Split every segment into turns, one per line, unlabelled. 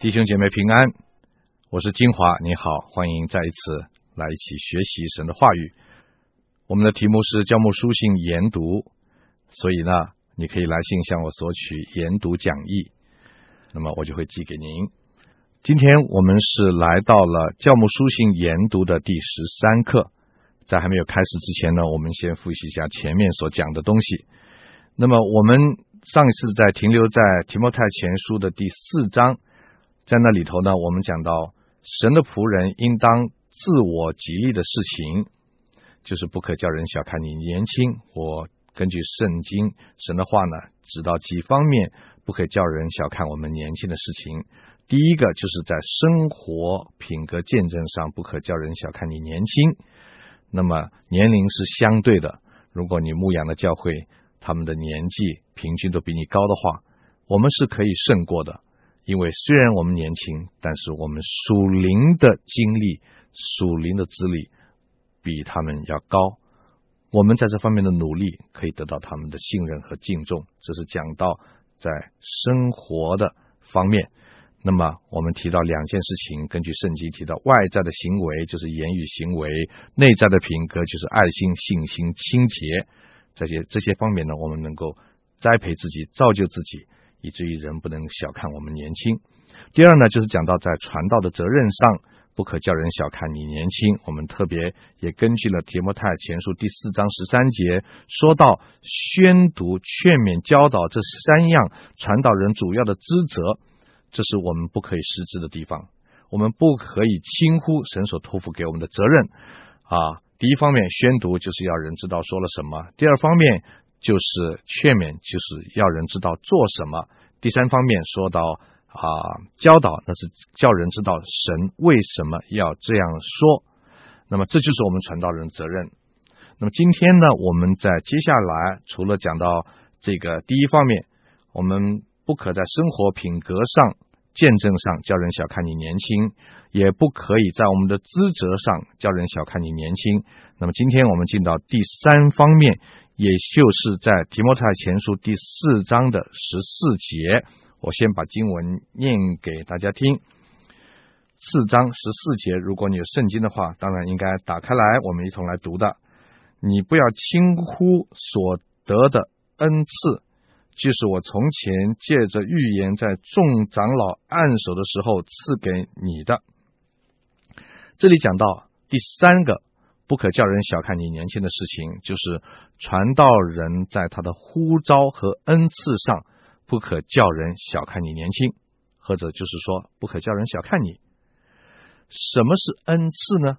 弟兄姐妹平安，我是金华，你好，欢迎再一次来一起学习神的话语。我们的题目是教牧书信研读，所以呢，你可以来信向我索取研读讲义，那么我就会寄给您。今天我们是来到了教牧书信研读的第13课，在还没有开始之前呢，我们先复习一下前面所讲的东西。那么我们上一次停留在提摩太前书的第4章，在那里头呢，我们讲到神的仆人应当自我激励的事情，就是不可叫人小看你年轻。我根据圣经神的话呢，指到几方面不可叫人小看我们年轻的事情。第一个就是在生活品格见证上不可叫人小看你年轻。那么年龄是相对的，如果你牧养的教会他们的年纪平均都比你高的话，我们是可以胜过的。因为虽然我们年轻，但是我们属灵的经历、属灵的资历比他们要高，我们在这方面的努力可以得到他们的信任和敬重。这是讲到在生活的方面。那么我们提到两件事情，根据圣经提到外在的行为就是言语行为，内在的品格就是爱心、信心、清洁，这些方面呢，我们能够栽培自己、造就自己，以至于人不能小看我们年轻。第二呢，就是讲到在传道的责任上不可叫人小看你年轻。我们特别也根据了提摩太前书第4章13节，说到宣读、劝勉、教导这3样传道人主要的职责，这是我们不可以失职的地方。我们不可以轻忽神所托付给我们的责任第一方面宣读就是要人知道说了什么，第二方面就是劝勉，就是要人知道做什么，第三方面说到教导，那是叫人知道神为什么要这样说。那么这就是我们传道人的责任。那么今天呢，我们在接下来除了讲到这个第一方面，我们不可在生活品格上、见证上叫人小看你年轻，也不可以在我们的职责上叫人小看你年轻。那么今天我们进到第3方面，也就是在提摩太前书第4章的14节，我先把经文念给大家听。4章14节，如果你有圣经的话，当然应该打开来，我们一同来读的。你不要轻忽所得的恩赐，就是我从前借着预言在众长老按手的时候赐给你的。这里讲到第3个不可叫人小看你年轻的事情，就是传道人在他的呼召和恩赐上不可叫人小看你年轻，或者就是说不可叫人小看你。什么是恩赐呢？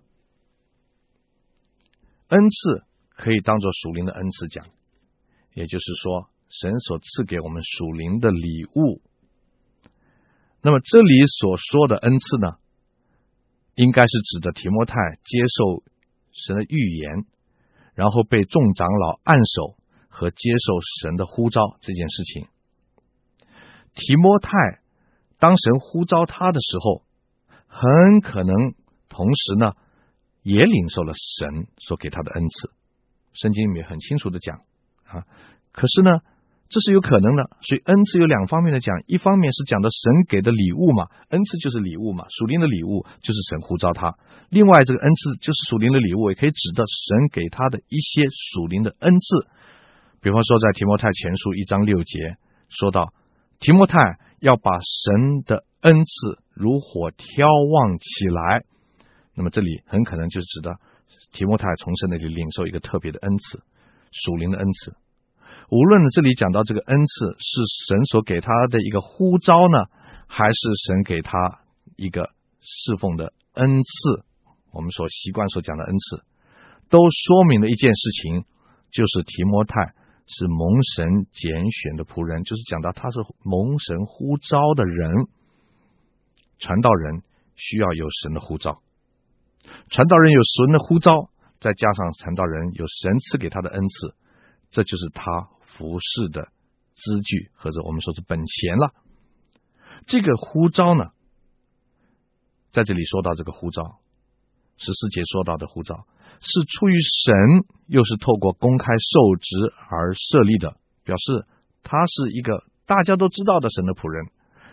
恩赐可以当作属灵的恩赐讲，也就是说神所赐给我们属灵的礼物。那么这里所说的恩赐呢，应该是指的提摩太接受神的预言，然后被众长老按手和接受神的呼召这件事情。提摩太当神呼召他的时候，很可能同时呢也领受了神所给他的恩赐。圣经里面很清楚的讲可是呢这是有可能的。所以恩赐有2方面的讲，一方面是讲的神给的礼物嘛，恩赐就是礼物嘛，属灵的礼物就是神呼召他。另外这个恩赐就是属灵的礼物，也可以指的神给他的一些属灵的恩赐。比方说在提摩太前书1章6节说到，提摩太要把神的恩赐如火挑旺起来。那么这里很可能就是指的提摩太从神那里领受一个特别的恩赐，属灵的恩赐。无论这里讲到这个恩赐是神所给他的一个呼召呢，还是神给他一个侍奉的恩赐，我们所习惯所讲的恩赐，都说明了一件事情，就是提摩太是蒙神拣选的仆人，就是讲到他是蒙神呼召的人。传道人需要有神的呼召，传道人有神的呼召，再加上传道人有神赐给他的恩赐，这就是他服事的资具，或者我们说是本钱了。这个呼召呢，在这里说到这个呼召，14节说到的呼召是出于神，又是透过公开受职而设立的，表示他是一个大家都知道的神的仆人，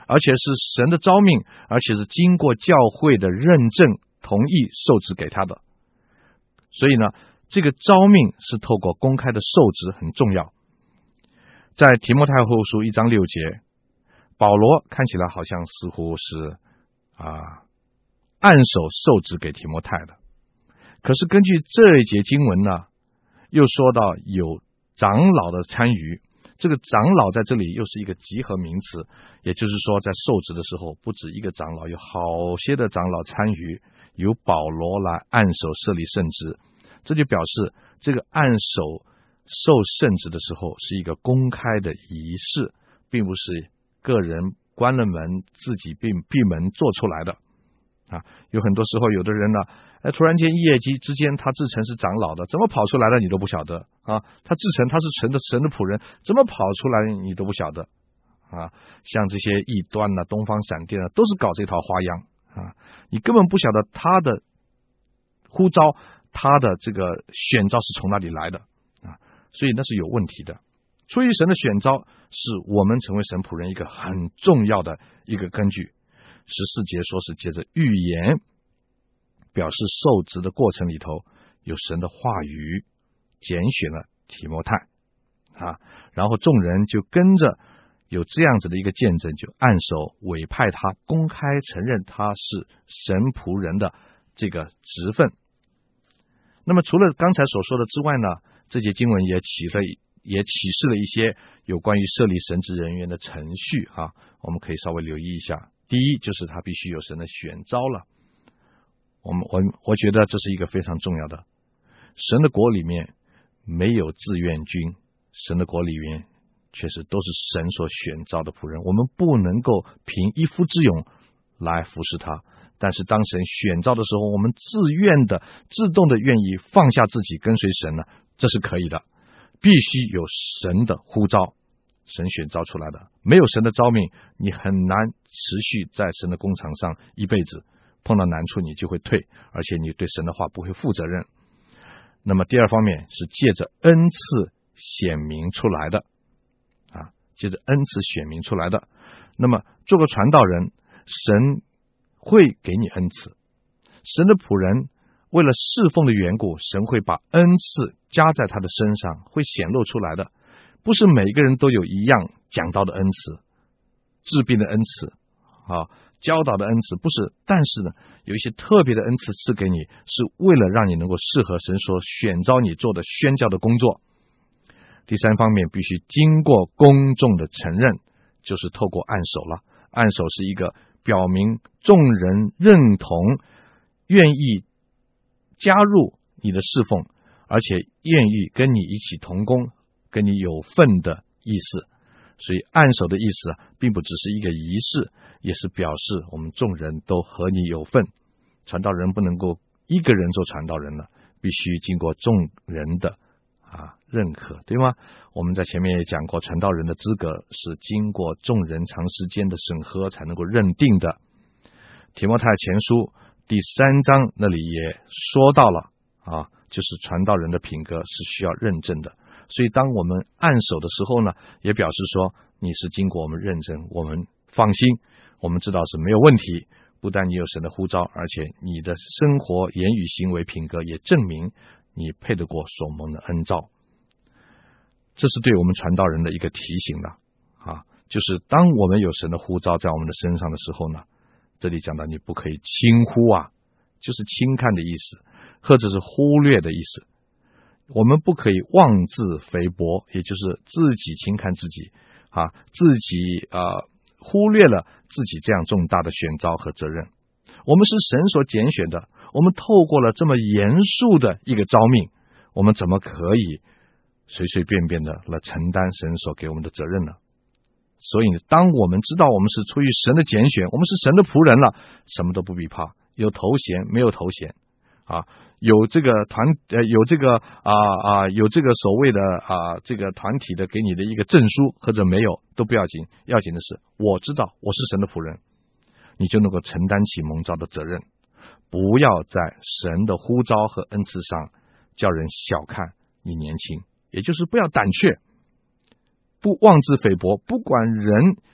而且是神的召命，而且是经过教会的认证同意受职给他的。所以呢，这个召命是透过公开的受职很重要。在提摩太后书1章6节，保罗看起来好像似乎是按手受职给提摩太的，可是根据这一节经文呢，又说到有长老的参与。这个长老在这里又是一个集合名词，也就是说在受职的时候不止一个长老，有好些的长老参与，由保罗来按手设立圣职。这就表示这个按手受圣职的时候是一个公开的仪式，并不是个人关了门自己闭门做出来的有很多时候有的人呢，突然间一夜之间他自称是长老的，怎么跑出来的你都不晓得他自称他是神的仆人，怎么跑出来你都不晓得像这些异端东方闪电都是搞这套花样你根本不晓得他的呼召，他的这个选召是从哪里来的所以那是有问题的。出于神的选召是我们成为神仆人一个很重要的一个根据。14节说是借着预言，表示受职的过程里头有神的话语拣选了提摩太然后众人就跟着有这样子的一个见证，就按手委派他，公开承认他是神仆人的这个职分。那么除了刚才所说的之外呢，这节经文也启示了一些有关于设立神职人员的程序我们可以稍微留意一下。第一，就是他必须有神的选召了。我觉得这是一个非常重要的。神的国里面没有志愿军，神的国里面确实都是神所选召的仆人。我们不能够凭一夫之勇来服侍他，但是当神选召的时候，我们自动的愿意放下自己跟随神呢，这是可以的。必须有神的呼召，神选召出来的。没有神的召命，你很难持续在神的工场上一辈子，碰到难处你就会退，而且你对神的话不会负责任。那么第二方面是借着恩赐显明出来的借着恩赐显明出来的。那么做个传道人，神会给你恩赐，神的仆人为了侍奉的缘故，神会把恩赐加在他的身上，会显露出来的。不是每个人都有一样讲道的恩赐，治病的恩赐教导的恩赐，不是。但是呢，有一些特别的恩赐赐给你，是为了让你能够适合神所选召你做的宣教的工作。第三方面必须经过公众的承认，就是透过按手了。按手是一个表明众人认同，愿意加入你的侍奉，而且愿意跟你一起同工，跟你有份的意思。所以按手的意思并不只是一个仪式，也是表示我们众人都和你有份。传道人不能够一个人做传道人了，必须经过众人的认可，对吗？我们在前面也讲过，传道人的资格是经过众人长时间的审核才能够认定的。提摩太前书第3章那里也说到了就是传道人的品格是需要认证的。所以当我们按手的时候呢，也表示说你是经过我们认证，我们放心，我们知道是没有问题。不但你有神的呼召，而且你的生活言语行为品格也证明你配得过所蒙的恩召。这是对我们传道人的一个提醒了就是当我们有神的呼召在我们的身上的时候呢，这里讲到你不可以轻忽就是轻看的意思，或者是忽略的意思。我们不可以妄自菲薄，也就是自己轻看自己自己忽略了自己这样重大的选召和责任。我们是神所拣选的，我们透过了这么严肃的一个召命，我们怎么可以随随便便的来承担神所给我们的责任呢？所以当我们知道我们是出于神的拣选，我们是神的仆人了，什么都不必怕，有头衔没有头衔有这个有这个所谓的这个团体的给你的一个证书或者没有都不要紧，要紧的是我知道我是神的仆人，你就能够承担起蒙召的责任。不要在神的呼召和恩赐上叫人小看你年轻，也就是不要胆怯，不妄自菲薄，不管人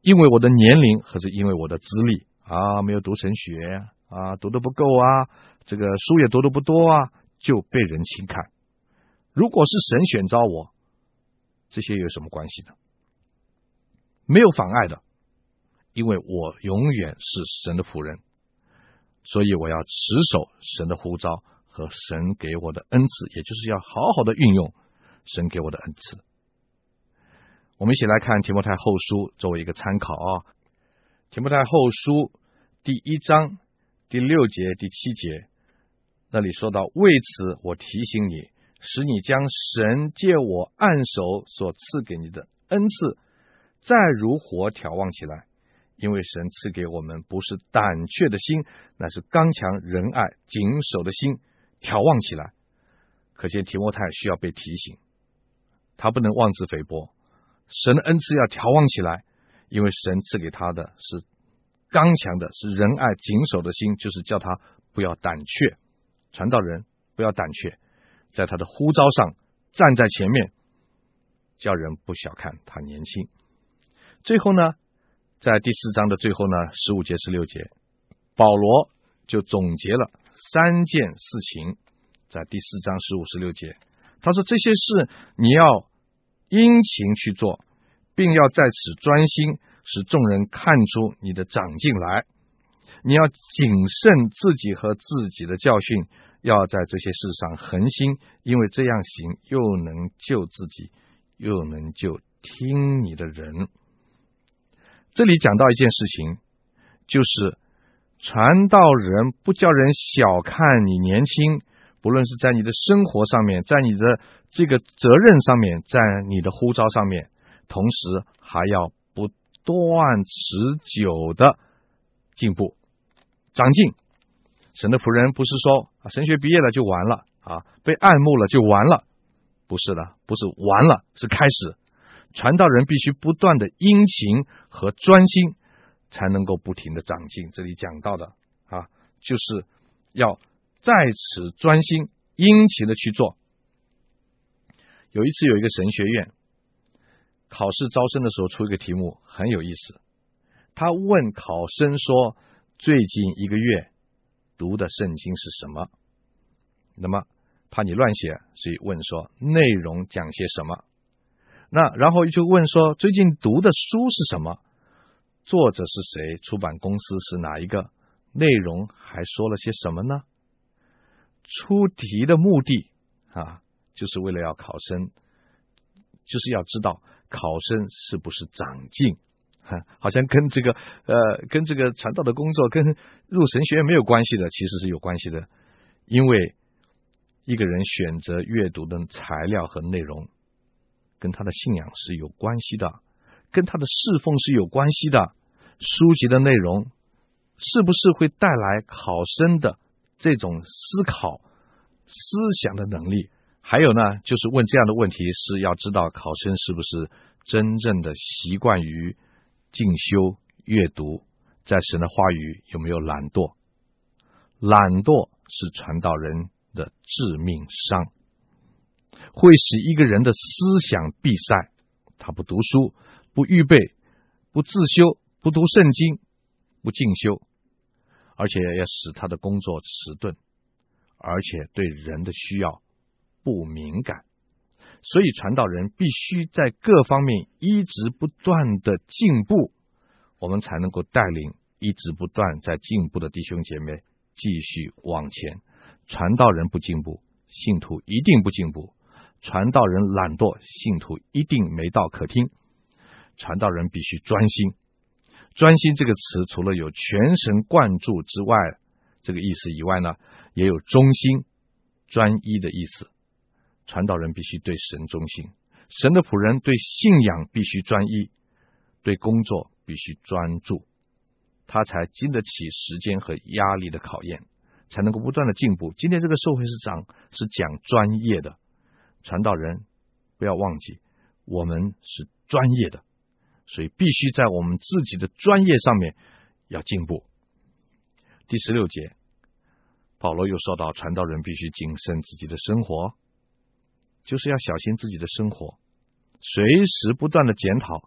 因为我的年龄，或者因为我的资历没有读神学读得不够这个书也读得不多就被人轻看。如果是神选召我，这些有什么关系呢？没有妨碍的，因为我永远是神的仆人，所以我要持守神的呼召和神给我的恩赐，也就是要好好的运用神给我的恩赐。我们一起来看提摩太后书作为一个参考提摩太后书第1章第6节第7节，那里说到，为此我提醒你，使你将神借我按手所赐给你的恩赐再如火挑旺起来，因为神赐给我们不是胆怯的心，乃是刚强仁爱谨守的心，挑旺起来。可见提摩太需要被提醒，他不能妄自菲薄，神的恩赐要挑旺起来，因为神赐给他的是刚强的，是仁爱谨守的心，就是叫他不要胆怯。传道人不要胆怯，在他的呼召上站在前面，叫人不小看他年轻。最后呢，在第4章的最后呢，15节16节，保罗就总结了3件事情，在第4章15、16节，他说这些事你要殷勤去做，并要在此专心，使众人看出你的长进来。你要谨慎自己和自己的教训，要在这些事上恒心，因为这样行又能救自己，又能救听你的人。这里讲到一件事情，就是传道人不叫人小看你年轻，不论是在你的生活上面，在你的这个责任上面，在你的呼召上面，同时还要不断持久的进步长进。神的仆人不是说神学毕业了就完了被爱慕了就完了，不是的，不是完了，是开始。传道人必须不断的殷勤和专心，才能够不停的长进。这里讲到的就是要在此专心殷勤的去做。有一次有一个神学院考试招生的时候出一个题目很有意思，他问考生说，最近1个月读的圣经是什么？那么怕你乱写，所以问说内容讲些什么。那然后就问说，最近读的书是什么？作者是谁？出版公司是哪一个？内容还说了些什么呢？出题的目的就是为了要考生，就是要知道考生是不是长进好像跟这个传道的工作跟入神学院没有关系的，其实是有关系的。因为一个人选择阅读的材料和内容跟他的信仰是有关系的，跟他的侍奉是有关系的。书籍的内容是不是会带来考生的这种思考思想的能力？还有呢，就是问这样的问题是要知道考生是不是真正的习惯于进修阅读，在神的话语有没有懒惰。懒惰是传道人的致命伤，会使一个人的思想闭塞，他不读书，不预备，不自修，不读圣经，不进修，而且要使他的工作迟钝，而且对人的需要不敏感。所以传道人必须在各方面一直不断的进步，我们才能够带领一直不断在进步的弟兄姐妹继续往前。传道人不进步，信徒一定不进步；传道人懒惰，信徒一定没道可听。传道人必须专心。专心这个词除了有全神贯注之外，这个意思以外呢，也有忠心专一的意思。传道人必须对神忠心，神的仆人对信仰必须专一，对工作必须专注，他才经得起时间和压力的考验，才能够不断的进步。今天这个社会是讲专业的，传道人不要忘记我们是专业的，所以必须在我们自己的专业上面要进步。第16节，保罗又说到传道人必须谨慎自己的生活，就是要小心自己的生活，随时不断的检讨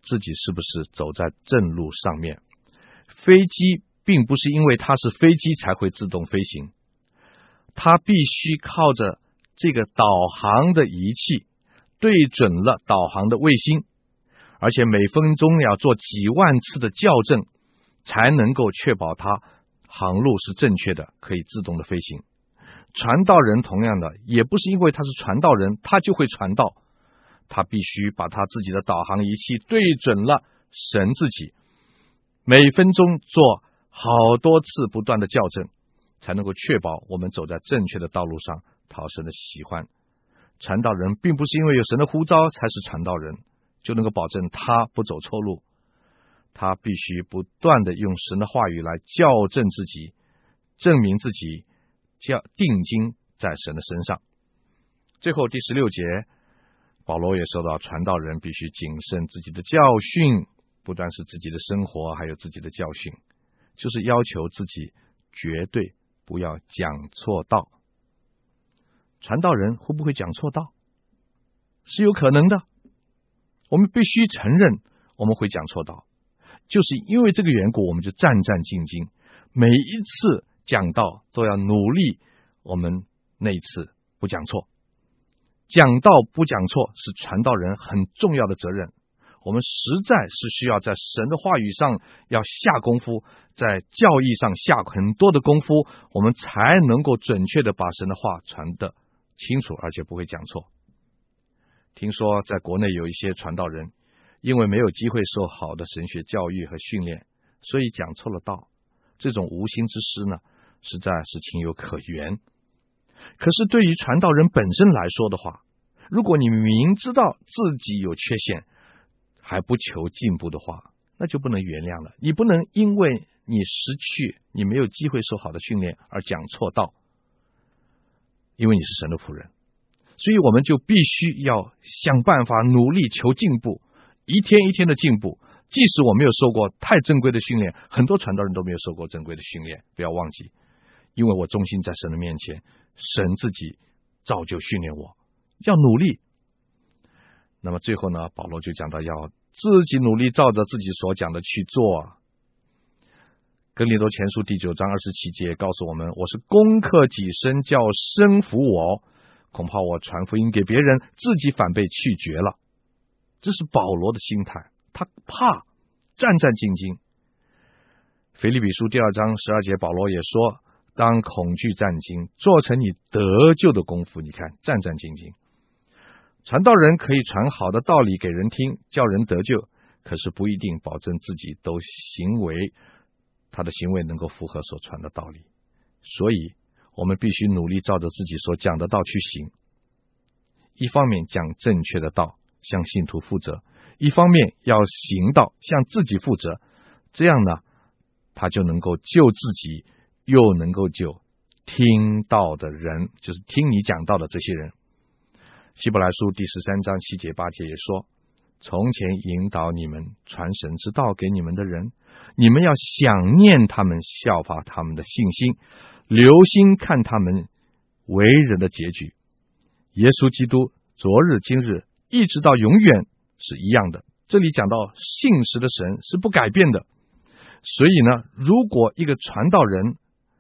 自己是不是走在正路上面。飞机并不是因为它是飞机才会自动飞行，它必须靠着这个导航的仪器对准了导航的卫星，而且每分钟要做几万次的校正，才能够确保它航路是正确的，可以自动的飞行。传道人同样的，也不是因为他是传道人他就会传道，他必须把他自己的导航仪器对准了神自己，每分钟做好多次不断的校正，才能够确保我们走在正确的道路上，讨神的喜欢。传道人并不是因为有神的呼召才是传道人，就能够保证他不走错路，他必须不断的用神的话语来校正自己，证明自己定睛在神的身上。最后第16节，保罗也说到传道人必须谨慎自己的教训，不单是自己的生活，还有自己的教训，就是要求自己绝对不要讲错道。传道人会不会讲错道？是有可能的，我们必须承认我们会讲错道，就是因为这个缘故，我们就战战兢兢，每一次讲道都要努力，我们那一次不讲错。讲道不讲错是传道人很重要的责任，我们实在是需要在神的话语上要下功夫，在教义上下很多的功夫，我们才能够准确的把神的话传得清楚，而且不会讲错。听说在国内有一些传道人因为没有机会受好的神学教育和训练，所以讲错了道，这种无心之失呢，实在是情有可原。可是对于传道人本身来说的话，如果你明知道自己有缺陷还不求进步的话，那就不能原谅了。你不能因为你失去，你没有机会受好的训练而讲错道，因为你是神的仆人。所以我们就必须要想办法努力求进步，一天一天的进步。即使我没有受过太正规的训练，很多传道人都没有受过正规的训练，不要忘记，因为我忠心在神的面前，神自己造就训练我，要努力。那么最后呢，保罗就讲到要自己努力照着自己所讲的去做。哥林多前书第9章27节告诉我们，我是攻克己身，叫身服我，恐怕我传福音给别人，自己反被弃绝了。这是保罗的心态，他怕，战战兢兢。腓立比书第2章12节，保罗也说，当恐惧战兢，做成你得救的功夫。你看，战战兢兢。传道人可以传好的道理给人听，叫人得救，可是不一定保证自己都他的行为能够符合所传的道理。所以我们必须努力照着自己所讲的道去行，一方面讲正确的道，向信徒负责，一方面要行道，向自己负责。这样呢，他就能够救自己，又能够救听道的人，就是听你讲道的这些人。希伯来书第13章7节8节也说，从前引导你们传神之道给你们的人，你们要想念他们，效法他们的信心，留心看他们为人的结局。耶稣基督昨日今日一直到永远是一样的。这里讲到信实的神是不改变的。所以呢，如果一个传道人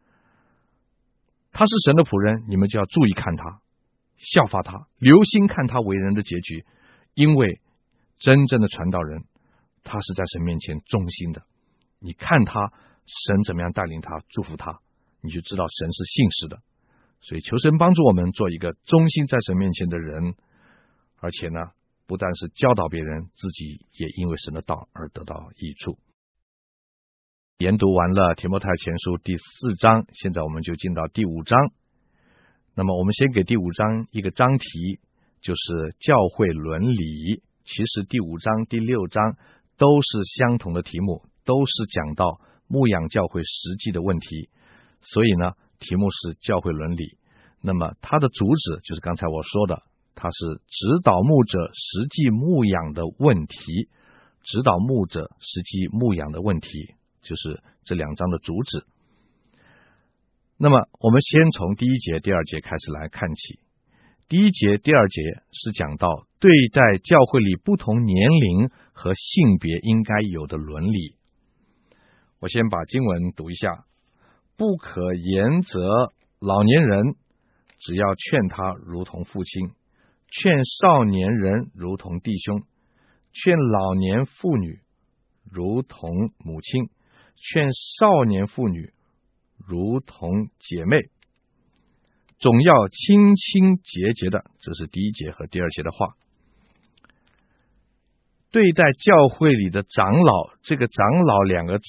他是神的仆人，你们就要注意看他，效法他，留心看他为人的结局。因为真正的传道人，他是在神面前忠心的。你看他，神怎么样带领他，祝福他，你就知道神是信实的。所以求神帮助我们做一个忠心在神面前的人，而且呢，不但是教导别人，自己也因为神的道而得到益处。研读完了提摩太前书第4章，现在我们就进到第5章。那么我们先给第5章一个章题，就是教会伦理。其实第5章第6章都是相同的题目，都是讲到牧养教会实际的问题，所以呢，题目是教会伦理。那么它的主旨就是刚才我说的，它是指导牧者实际牧养的问题，指导牧者实际牧养的问题，就是这2章的主旨。那么我们先从第1节第2节开始来看起。第1节第2节是讲到对待教会里不同年龄和性别应该有的伦理。我先把经文读一下：不可严责老年人，只要劝他如同父亲，劝少年人如同弟兄，劝老年妇女如同母亲，劝少年妇女如同姐妹，总要清清洁洁的。这是第一节和第二节的话。对待教会里的长老，这个长老两个字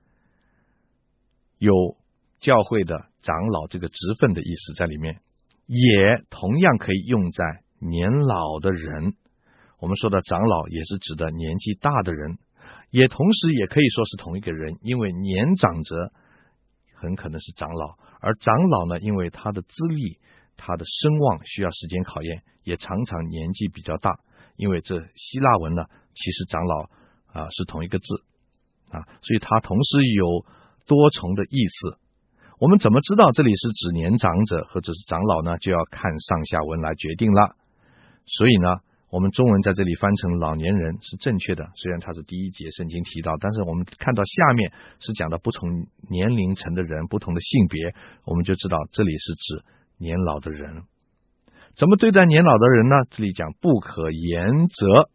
有教会的长老这个职分的意思在里面，也同样可以用在年老的人。我们说的长老也是指的年纪大的人，也同时也可以说是同一个人，因为年长者很可能是长老，而长老呢，因为他的资历、他的声望需要时间考验，也常常年纪比较大。因为这希腊文呢，其实长老是同一个字所以它同时有多重的意思。我们怎么知道这里是指年长者或者是长老呢？就要看上下文来决定了。所以呢，我们中文在这里翻成老年人是正确的，虽然它是第一节圣经提到，但是我们看到下面是讲的不同年龄层的人，不同的性别，我们就知道这里是指年老的人。怎么对待年老的人呢？这里讲不可严责。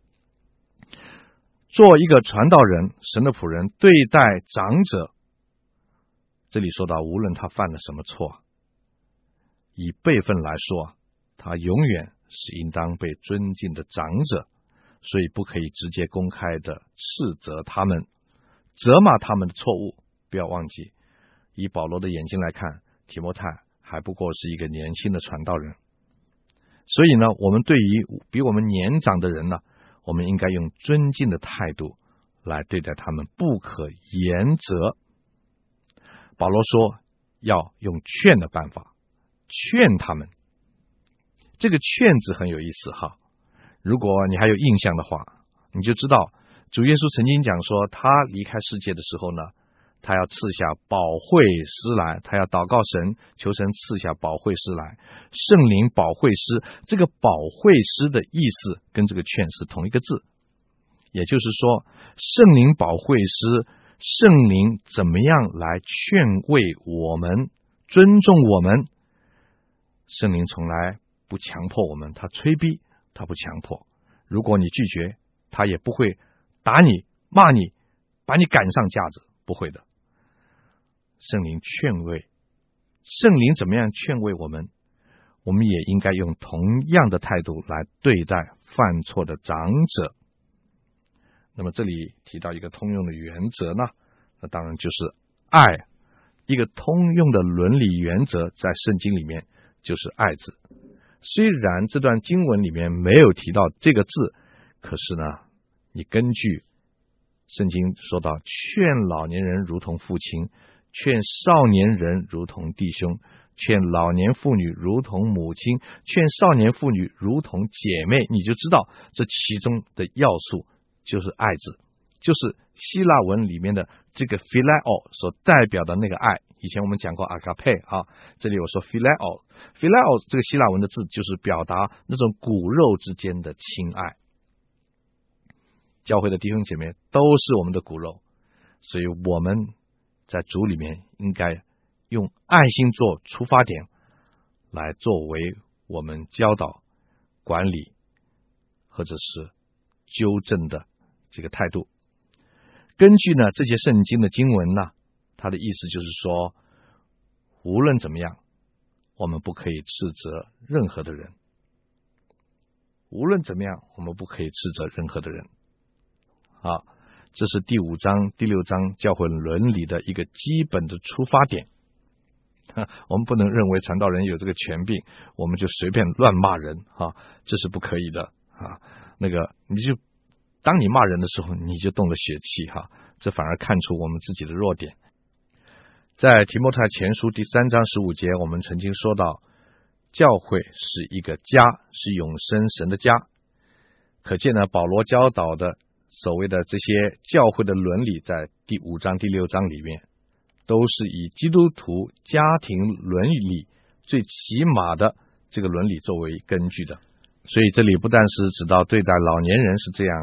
做一个传道人，神的仆人，对待长者，这里说到无论他犯了什么错，以辈分来说，他永远是应当被尊敬的长者，所以不可以直接公开的斥责他们，责骂他们的错误。不要忘记，以保罗的眼睛来看，提摩太还不过是一个年轻的传道人。所以呢，我们对于比我们年长的人呢，我们应该用尊敬的态度来对待他们，不可严责。保罗说要用劝的办法劝他们，这个劝字很有意思哈。如果你还有印象的话，你就知道主耶稣曾经讲说，他离开世界的时候呢，他要赐下保惠师来，他要祷告神，求神赐下保惠师来。圣灵保惠师，这个保惠师的意思跟这个劝是同一个字，也就是说，圣灵保惠师，圣灵怎么样来劝慰我们，尊重我们。圣灵从来不强迫我们，他催逼，他不强迫。如果你拒绝，他也不会打你、骂你、把你赶上架子，不会的。圣灵劝慰，圣灵怎么样劝慰我们，我们也应该用同样的态度来对待犯错的长者。那么这里提到一个通用的原则呢，那当然就是爱。一个通用的伦理原则在圣经里面就是爱字。虽然这段经文里面没有提到这个字，可是呢，你根据圣经说到，劝老年人如同父亲，劝少年人如同弟兄，劝老年妇女如同母亲，劝少年妇女如同姐妹，你就知道这其中的要素就是爱字，就是希腊文里面的这个 phileo 所代表的那个爱。以前我们讲过 agape 这里我说 phileo 这个希腊文的字就是表达那种骨肉之间的亲爱。教会的弟兄姐妹都是我们的骨肉，所以我们在主里面应该用爱心做出发点，来作为我们教导、管理或者是纠正的这个态度。根据呢这些圣经的经文呢，它的意思就是说，无论怎么样，我们不可以斥责任何的人。无论怎么样，我们不可以斥责任何的人。这是第5章、第6章教会伦理的一个基本的出发点。我们不能认为传道人有这个权柄，我们就随便乱骂人这是不可以的你就当你骂人的时候，你就动了血气这反而看出我们自己的弱点。在提摩太前书第3章15节，我们曾经说到，教会是一个家，是永生神的家。可见呢，保罗教导的所谓的这些教会的伦理，在第5章、第6章里面，都是以基督徒家庭伦理最起码的这个伦理作为根据的。所以这里不但是指到对待老年人是这样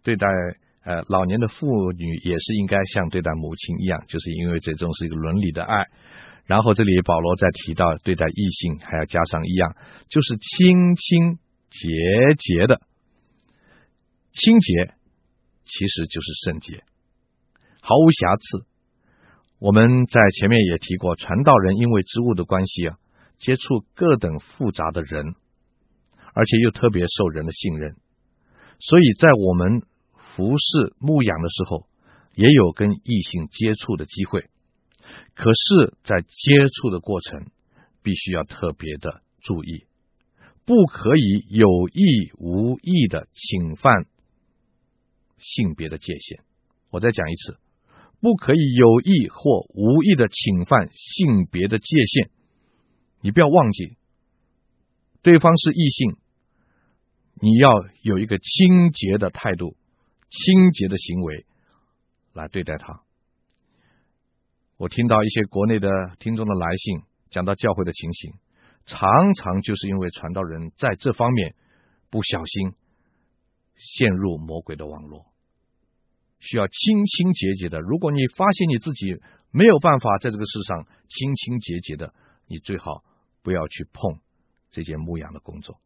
对待老年的妇女也是应该像对待母亲一样，就是因为这种是一个伦理的爱。然后这里保罗再提到对待异性还要加上一样，就是清清洁洁的。清洁其实就是圣洁，毫无瑕疵。我们在前面也提过，传道人因为职务的关系接触各等复杂的人，而且又特别受人的信任，所以在我们服侍牧养的时候，也有跟异性接触的机会。可是在接触的过程必须要特别的注意，不可以有意无意的侵犯性别的界限。我再讲一次，不可以有意或无意的侵犯性别的界限。你不要忘记，对方是异性，你要有一个清洁的态度，清洁的行为来对待他。我听到一些国内的听众的来信，讲到教会的情形，常常就是因为传道人在这方面不小心陷入魔鬼的网络，需要清清洁洁的。如果你发现你自己没有办法在这个世上清清洁洁的，你最好不要去碰这件牧养的工作，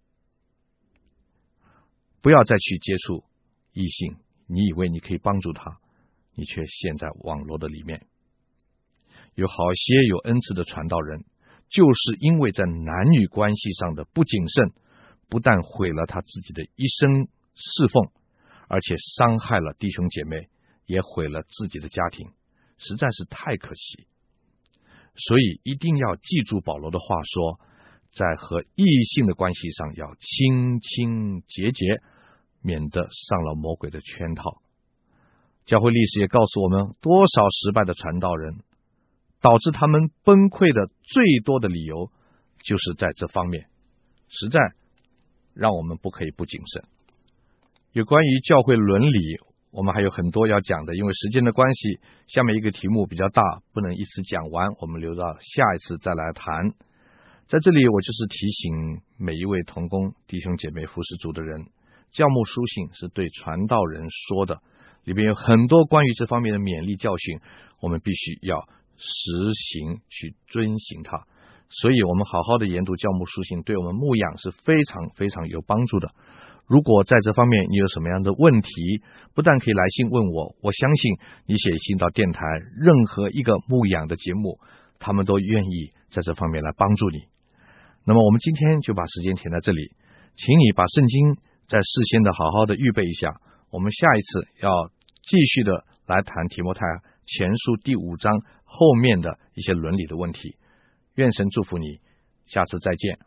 不要再去接触异性，你以为你可以帮助他，你却陷在网络的里面。有好些有恩赐的传道人，就是因为在男女关系上的不谨慎，不但毁了他自己的一生侍奉，而且伤害了弟兄姐妹，也毁了自己的家庭，实在是太可惜。所以一定要记住保罗的话说，在和异性的关系上要清清洁洁，免得上了魔鬼的圈套。教会历史也告诉我们，多少失败的传道人导致他们崩溃的最多的理由就是在这方面，实在让我们不可以不谨慎。有关于教会伦理，我们还有很多要讲的，因为时间的关系，下面一个题目比较大，不能一次讲完，我们留到下一次再来谈。在这里我就是提醒每一位同工弟兄姐妹服侍主的人，教牧书信是对传道人说的，里面有很多关于这方面的勉励教训，我们必须要实行去遵行它。所以我们好好的研读教牧书信，对我们牧养是非常非常有帮助的。如果在这方面你有什么样的问题，不但可以来信问我，我相信你写信到电台任何一个牧养的节目，他们都愿意在这方面来帮助你。那么我们今天就把时间填在这里，请你把圣经在事先的好好的预备一下，我们下一次要继续的来谈提摩太前书第5章后面的一些伦理的问题。愿神祝福你，下次再见。